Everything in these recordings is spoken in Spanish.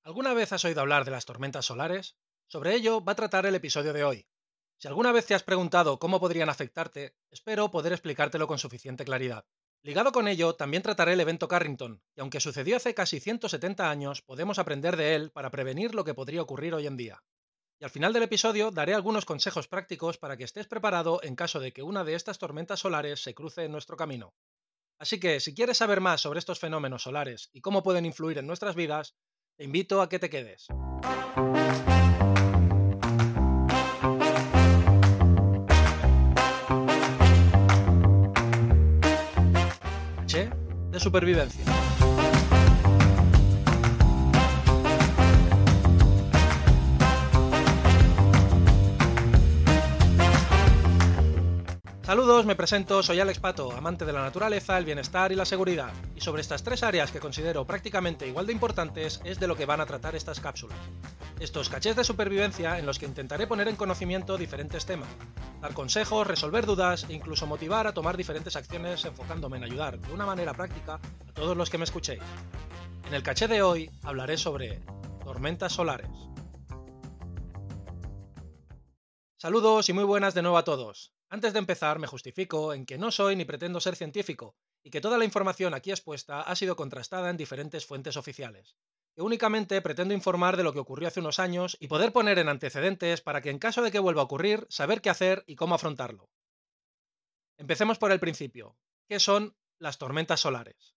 ¿Alguna vez has oído hablar de las tormentas solares? Sobre ello va a tratar el episodio de hoy. Si alguna vez te has preguntado cómo podrían afectarte, espero poder explicártelo con suficiente claridad. Ligado con ello, también trataré el evento Carrington, y aunque sucedió hace casi 170 años, podemos aprender de él para prevenir lo que podría ocurrir hoy en día. Y al final del episodio daré algunos consejos prácticos para que estés preparado en caso de que una de estas tormentas solares se cruce en nuestro camino. Así que, si quieres saber más sobre estos fenómenos solares y cómo pueden influir en nuestras vidas, te invito a que te quedes. H de supervivencia. Saludos, me presento, soy Alex Pato, amante de la naturaleza, el bienestar y la seguridad. Y sobre estas tres áreas que considero prácticamente igual de importantes es de lo que van a tratar estas cápsulas. Estos cachés de supervivencia en los que intentaré poner en conocimiento diferentes temas, dar consejos, resolver dudas e incluso motivar a tomar diferentes acciones enfocándome en ayudar de una manera práctica a todos los que me escuchéis. En el caché de hoy hablaré sobre tormentas solares. Saludos y muy buenas de nuevo a todos. Antes de empezar, me justifico en que no soy ni pretendo ser científico y que toda la información aquí expuesta ha sido contrastada en diferentes fuentes oficiales. Que únicamente pretendo informar de lo que ocurrió hace unos años y poder poner en antecedentes para que en caso de que vuelva a ocurrir, saber qué hacer y cómo afrontarlo. Empecemos por el principio. ¿Qué son las tormentas solares?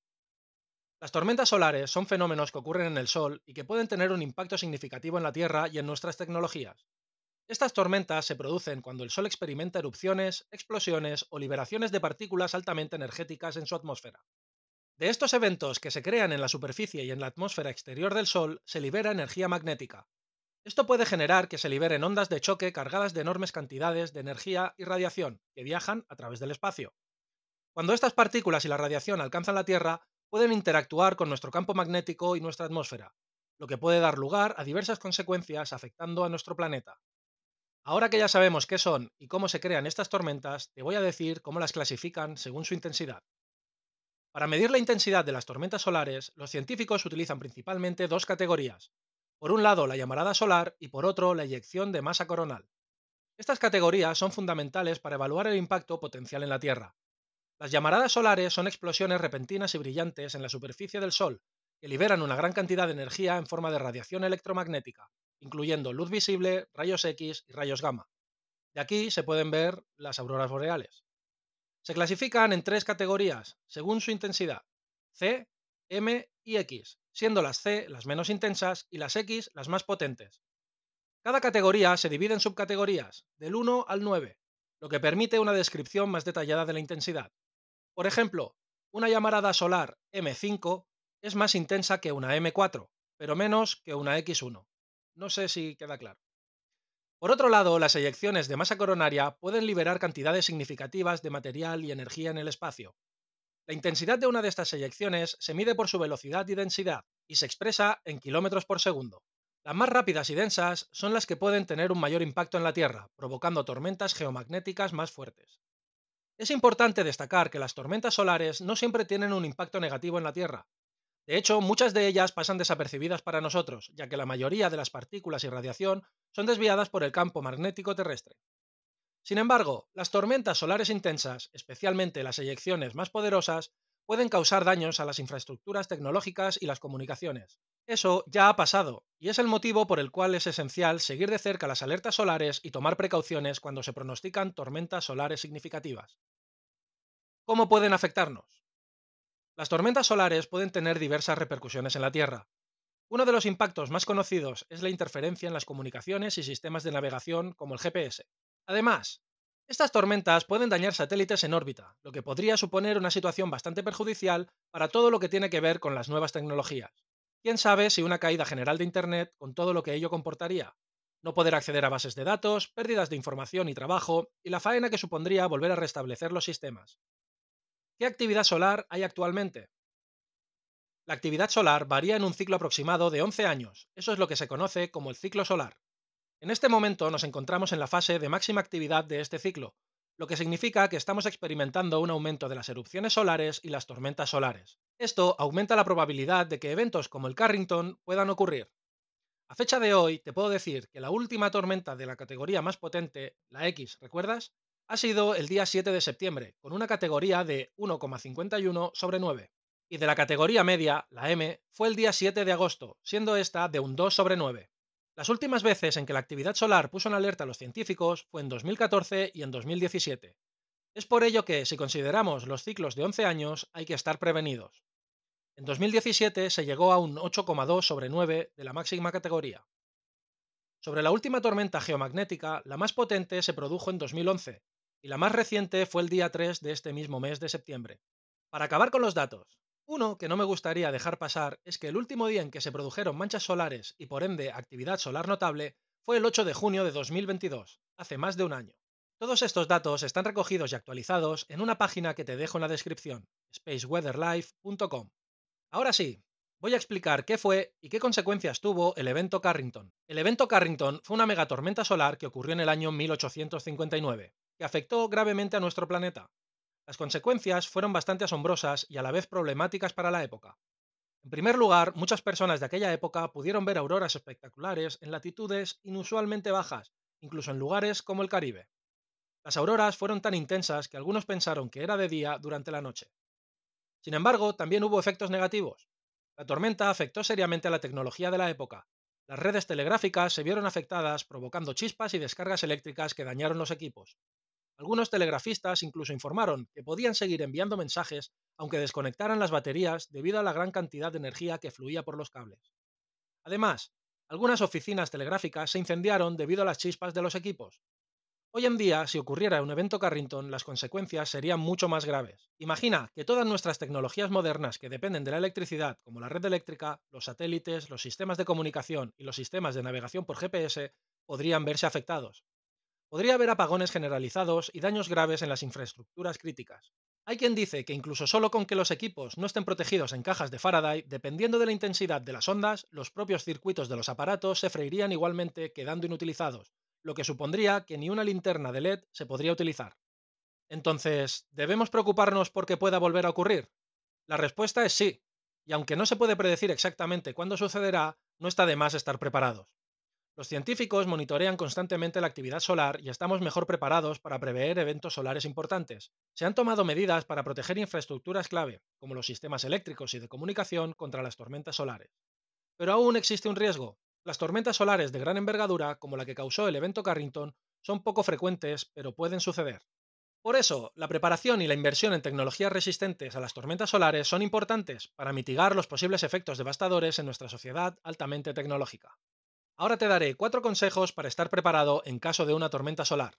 Las tormentas solares son fenómenos que ocurren en el Sol y que pueden tener un impacto significativo en la Tierra y en nuestras tecnologías. Estas tormentas se producen cuando el Sol experimenta erupciones, explosiones o liberaciones de partículas altamente energéticas en su atmósfera. De estos eventos que se crean en la superficie y en la atmósfera exterior del Sol se libera energía magnética. Esto puede generar que se liberen ondas de choque cargadas de enormes cantidades de energía y radiación que viajan a través del espacio. Cuando estas partículas y la radiación alcanzan la Tierra, pueden interactuar con nuestro campo magnético y nuestra atmósfera, lo que puede dar lugar a diversas consecuencias afectando a nuestro planeta. Ahora que ya sabemos qué son y cómo se crean estas tormentas, te voy a decir cómo las clasifican según su intensidad. Para medir la intensidad de las tormentas solares, los científicos utilizan principalmente dos categorías. Por un lado, la llamarada solar y por otro, la eyección de masa coronal. Estas categorías son fundamentales para evaluar el impacto potencial en la Tierra. Las llamaradas solares son explosiones repentinas y brillantes en la superficie del Sol, que liberan una gran cantidad de energía en forma de radiación electromagnética, incluyendo luz visible, rayos X y rayos gamma. De aquí se pueden ver las auroras boreales. Se clasifican en tres categorías, según su intensidad: C, M y X, siendo las C las menos intensas y las X las más potentes. Cada categoría se divide en subcategorías, del 1 al 9, lo que permite una descripción más detallada de la intensidad. Por ejemplo, una llamarada solar M5 es más intensa que una M4, pero menos que una X1. No sé si queda claro. Por otro lado, las eyecciones de masa coronaria pueden liberar cantidades significativas de material y energía en el espacio. La intensidad de una de estas eyecciones se mide por su velocidad y densidad, y se expresa en kilómetros por segundo. Las más rápidas y densas son las que pueden tener un mayor impacto en la Tierra, provocando tormentas geomagnéticas más fuertes. Es importante destacar que las tormentas solares no siempre tienen un impacto negativo en la Tierra. De hecho, muchas de ellas pasan desapercibidas para nosotros, ya que la mayoría de las partículas y radiación son desviadas por el campo magnético terrestre. Sin embargo, las tormentas solares intensas, especialmente las eyecciones más poderosas, pueden causar daños a las infraestructuras tecnológicas y las comunicaciones. Eso ya ha pasado, y es el motivo por el cual es esencial seguir de cerca las alertas solares y tomar precauciones cuando se pronostican tormentas solares significativas. ¿Cómo pueden afectarnos? Las tormentas solares pueden tener diversas repercusiones en la Tierra. Uno de los impactos más conocidos es la interferencia en las comunicaciones y sistemas de navegación como el GPS. Además, estas tormentas pueden dañar satélites en órbita, lo que podría suponer una situación bastante perjudicial para todo lo que tiene que ver con las nuevas tecnologías. ¿Quién sabe si una caída general de Internet con todo lo que ello comportaría? No poder acceder a bases de datos, pérdidas de información y trabajo, y la faena que supondría volver a restablecer los sistemas. ¿Qué actividad solar hay actualmente? La actividad solar varía en un ciclo aproximado de 11 años. Eso es lo que se conoce como el ciclo solar. En este momento nos encontramos en la fase de máxima actividad de este ciclo, lo que significa que estamos experimentando un aumento de las erupciones solares y las tormentas solares. Esto aumenta la probabilidad de que eventos como el Carrington puedan ocurrir. A fecha de hoy, te puedo decir que la última tormenta de la categoría más potente, la X, ¿recuerdas? Ha sido el día 7 de septiembre, con una categoría de 1,51 sobre 9. Y de la categoría media, la M, fue el día 7 de agosto, siendo esta de un 2 sobre 9. Las últimas veces en que la actividad solar puso en alerta a los científicos fue en 2014 y en 2017. Es por ello que, si consideramos los ciclos de 11 años, hay que estar prevenidos. En 2017 se llegó a un 8,2 sobre 9 de la máxima categoría. Sobre la última tormenta geomagnética, la más potente se produjo en 2011 y la más reciente fue el día 3 de este mismo mes de septiembre. Para acabar con los datos, uno que no me gustaría dejar pasar es que el último día en que se produjeron manchas solares y por ende actividad solar notable fue el 8 de junio de 2022, hace más de un año. Todos estos datos están recogidos y actualizados en una página que te dejo en la descripción, spaceweatherlife.com. Ahora sí, voy a explicar qué fue y qué consecuencias tuvo el evento Carrington. El evento Carrington fue una megatormenta solar que ocurrió en el año 1859, que afectó gravemente a nuestro planeta. Las consecuencias fueron bastante asombrosas y a la vez problemáticas para la época. En primer lugar, muchas personas de aquella época pudieron ver auroras espectaculares en latitudes inusualmente bajas, incluso en lugares como el Caribe. Las auroras fueron tan intensas que algunos pensaron que era de día durante la noche. Sin embargo, también hubo efectos negativos. La tormenta afectó seriamente a la tecnología de la época. Las redes telegráficas se vieron afectadas, provocando chispas y descargas eléctricas que dañaron los equipos. Algunos telegrafistas incluso informaron que podían seguir enviando mensajes aunque desconectaran las baterías debido a la gran cantidad de energía que fluía por los cables. Además, algunas oficinas telegráficas se incendiaron debido a las chispas de los equipos. Hoy en día, si ocurriera un evento Carrington, las consecuencias serían mucho más graves. Imagina que todas nuestras tecnologías modernas que dependen de la electricidad, como la red eléctrica, los satélites, los sistemas de comunicación y los sistemas de navegación por GPS, podrían verse afectados. Podría haber apagones generalizados y daños graves en las infraestructuras críticas. Hay quien dice que incluso solo con que los equipos no estén protegidos en cajas de Faraday, dependiendo de la intensidad de las ondas, los propios circuitos de los aparatos se freirían igualmente quedando inutilizados, lo que supondría que ni una linterna de LED se podría utilizar. Entonces, ¿debemos preocuparnos porque pueda volver a ocurrir? La respuesta es sí, y aunque no se puede predecir exactamente cuándo sucederá, no está de más estar preparados. Los científicos monitorean constantemente la actividad solar y estamos mejor preparados para prever eventos solares importantes. Se han tomado medidas para proteger infraestructuras clave, como los sistemas eléctricos y de comunicación, contra las tormentas solares. Pero aún existe un riesgo. Las tormentas solares de gran envergadura, como la que causó el evento Carrington, son poco frecuentes, pero pueden suceder. Por eso, la preparación y la inversión en tecnologías resistentes a las tormentas solares son importantes para mitigar los posibles efectos devastadores en nuestra sociedad altamente tecnológica. Ahora te daré 4 consejos para estar preparado en caso de una tormenta solar.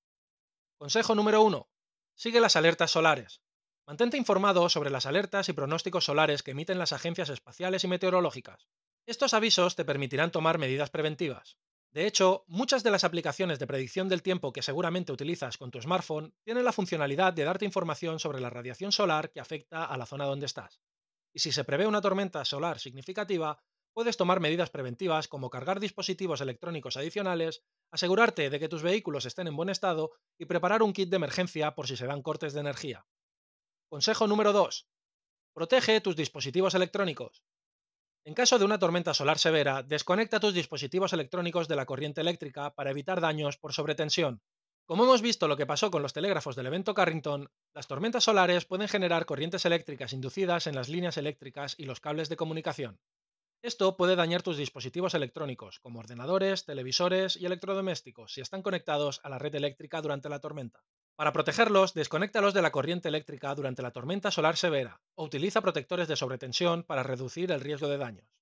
Consejo número 1. Sigue las alertas solares. Mantente informado sobre las alertas y pronósticos solares que emiten las agencias espaciales y meteorológicas. Estos avisos te permitirán tomar medidas preventivas. De hecho, muchas de las aplicaciones de predicción del tiempo que seguramente utilizas con tu smartphone tienen la funcionalidad de darte información sobre la radiación solar que afecta a la zona donde estás. Y si se prevé una tormenta solar significativa, puedes tomar medidas preventivas como cargar dispositivos electrónicos adicionales, asegurarte de que tus vehículos estén en buen estado y preparar un kit de emergencia por si se dan cortes de energía. Consejo número 2. Protege tus dispositivos electrónicos. En caso de una tormenta solar severa, desconecta tus dispositivos electrónicos de la corriente eléctrica para evitar daños por sobretensión. Como hemos visto lo que pasó con los telégrafos del evento Carrington, las tormentas solares pueden generar corrientes eléctricas inducidas en las líneas eléctricas y los cables de comunicación. Esto puede dañar tus dispositivos electrónicos, como ordenadores, televisores y electrodomésticos, si están conectados a la red eléctrica durante la tormenta. Para protegerlos, desconéctalos de la corriente eléctrica durante la tormenta solar severa o utiliza protectores de sobretensión para reducir el riesgo de daños.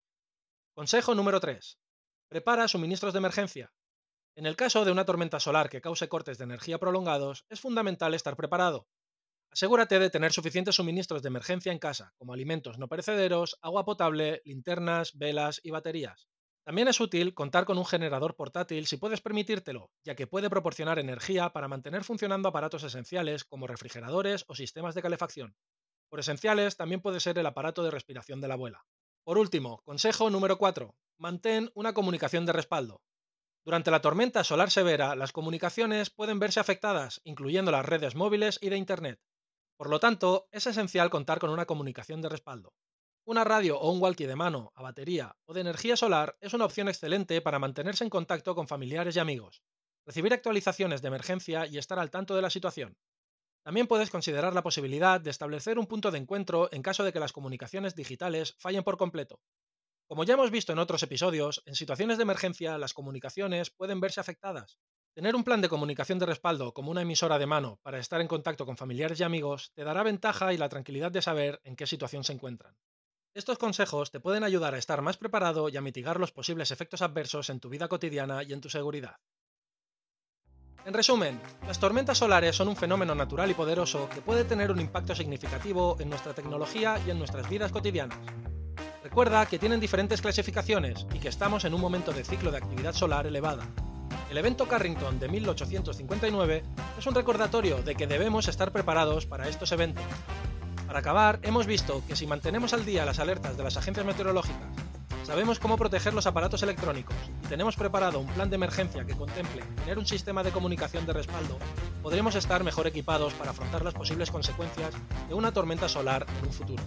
Consejo número 3. Prepara suministros de emergencia. En el caso de una tormenta solar que cause cortes de energía prolongados, es fundamental estar preparado. Asegúrate de tener suficientes suministros de emergencia en casa, como alimentos no perecederos, agua potable, linternas, velas y baterías. También es útil contar con un generador portátil si puedes permitírtelo, ya que puede proporcionar energía para mantener funcionando aparatos esenciales como refrigeradores o sistemas de calefacción. Por esenciales también puede ser el aparato de respiración de la abuela. Por último, consejo número 4. Mantén una comunicación de respaldo. Durante la tormenta solar severa, las comunicaciones pueden verse afectadas, incluyendo las redes móviles y de Internet. Por lo tanto, es esencial contar con una comunicación de respaldo. Una radio o un walkie de mano, a batería o de energía solar es una opción excelente para mantenerse en contacto con familiares y amigos, recibir actualizaciones de emergencia y estar al tanto de la situación. También puedes considerar la posibilidad de establecer un punto de encuentro en caso de que las comunicaciones digitales fallen por completo. Como ya hemos visto en otros episodios, en situaciones de emergencia las comunicaciones pueden verse afectadas. Tener un plan de comunicación de respaldo como una emisora de mano para estar en contacto con familiares y amigos te dará ventaja y la tranquilidad de saber en qué situación se encuentran. Estos consejos te pueden ayudar a estar más preparado y a mitigar los posibles efectos adversos en tu vida cotidiana y en tu seguridad. En resumen, las tormentas solares son un fenómeno natural y poderoso que puede tener un impacto significativo en nuestra tecnología y en nuestras vidas cotidianas. Recuerda que tienen diferentes clasificaciones y que estamos en un momento de ciclo de actividad solar elevada. El evento Carrington de 1859 es un recordatorio de que debemos estar preparados para estos eventos. Para acabar, hemos visto que si mantenemos al día las alertas de las agencias meteorológicas, sabemos cómo proteger los aparatos electrónicos y tenemos preparado un plan de emergencia que contemple tener un sistema de comunicación de respaldo, podremos estar mejor equipados para afrontar las posibles consecuencias de una tormenta solar en un futuro.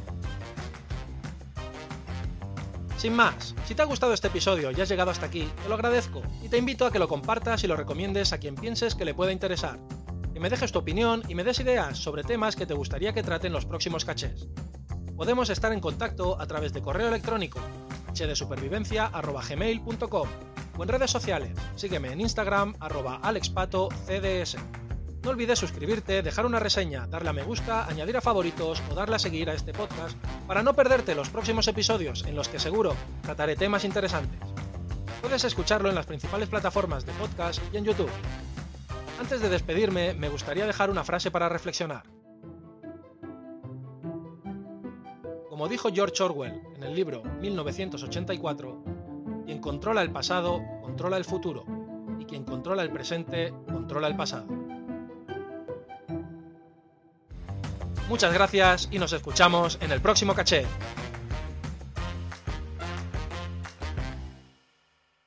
Sin más, si te ha gustado este episodio y has llegado hasta aquí, te lo agradezco y te invito a que lo compartas y lo recomiendes a quien pienses que le pueda interesar. Que me dejes tu opinión y me des ideas sobre temas que te gustaría que traten los próximos cachés. Podemos estar en contacto a través de correo electrónico chedesupervivencia@gmail.com o en redes sociales. Sígueme en Instagram @alexpatocds. No olvides suscribirte, dejar una reseña, darle a me gusta, añadir a favoritos o darle a seguir a este podcast para no perderte los próximos episodios en los que seguro trataré temas interesantes. Puedes escucharlo en las principales plataformas de podcast y en YouTube. Antes de despedirme, me gustaría dejar una frase para reflexionar. Como dijo George Orwell en el libro 1984, quien controla el pasado, controla el futuro, y quien controla el presente, controla el pasado. Muchas gracias y nos escuchamos en el próximo caché.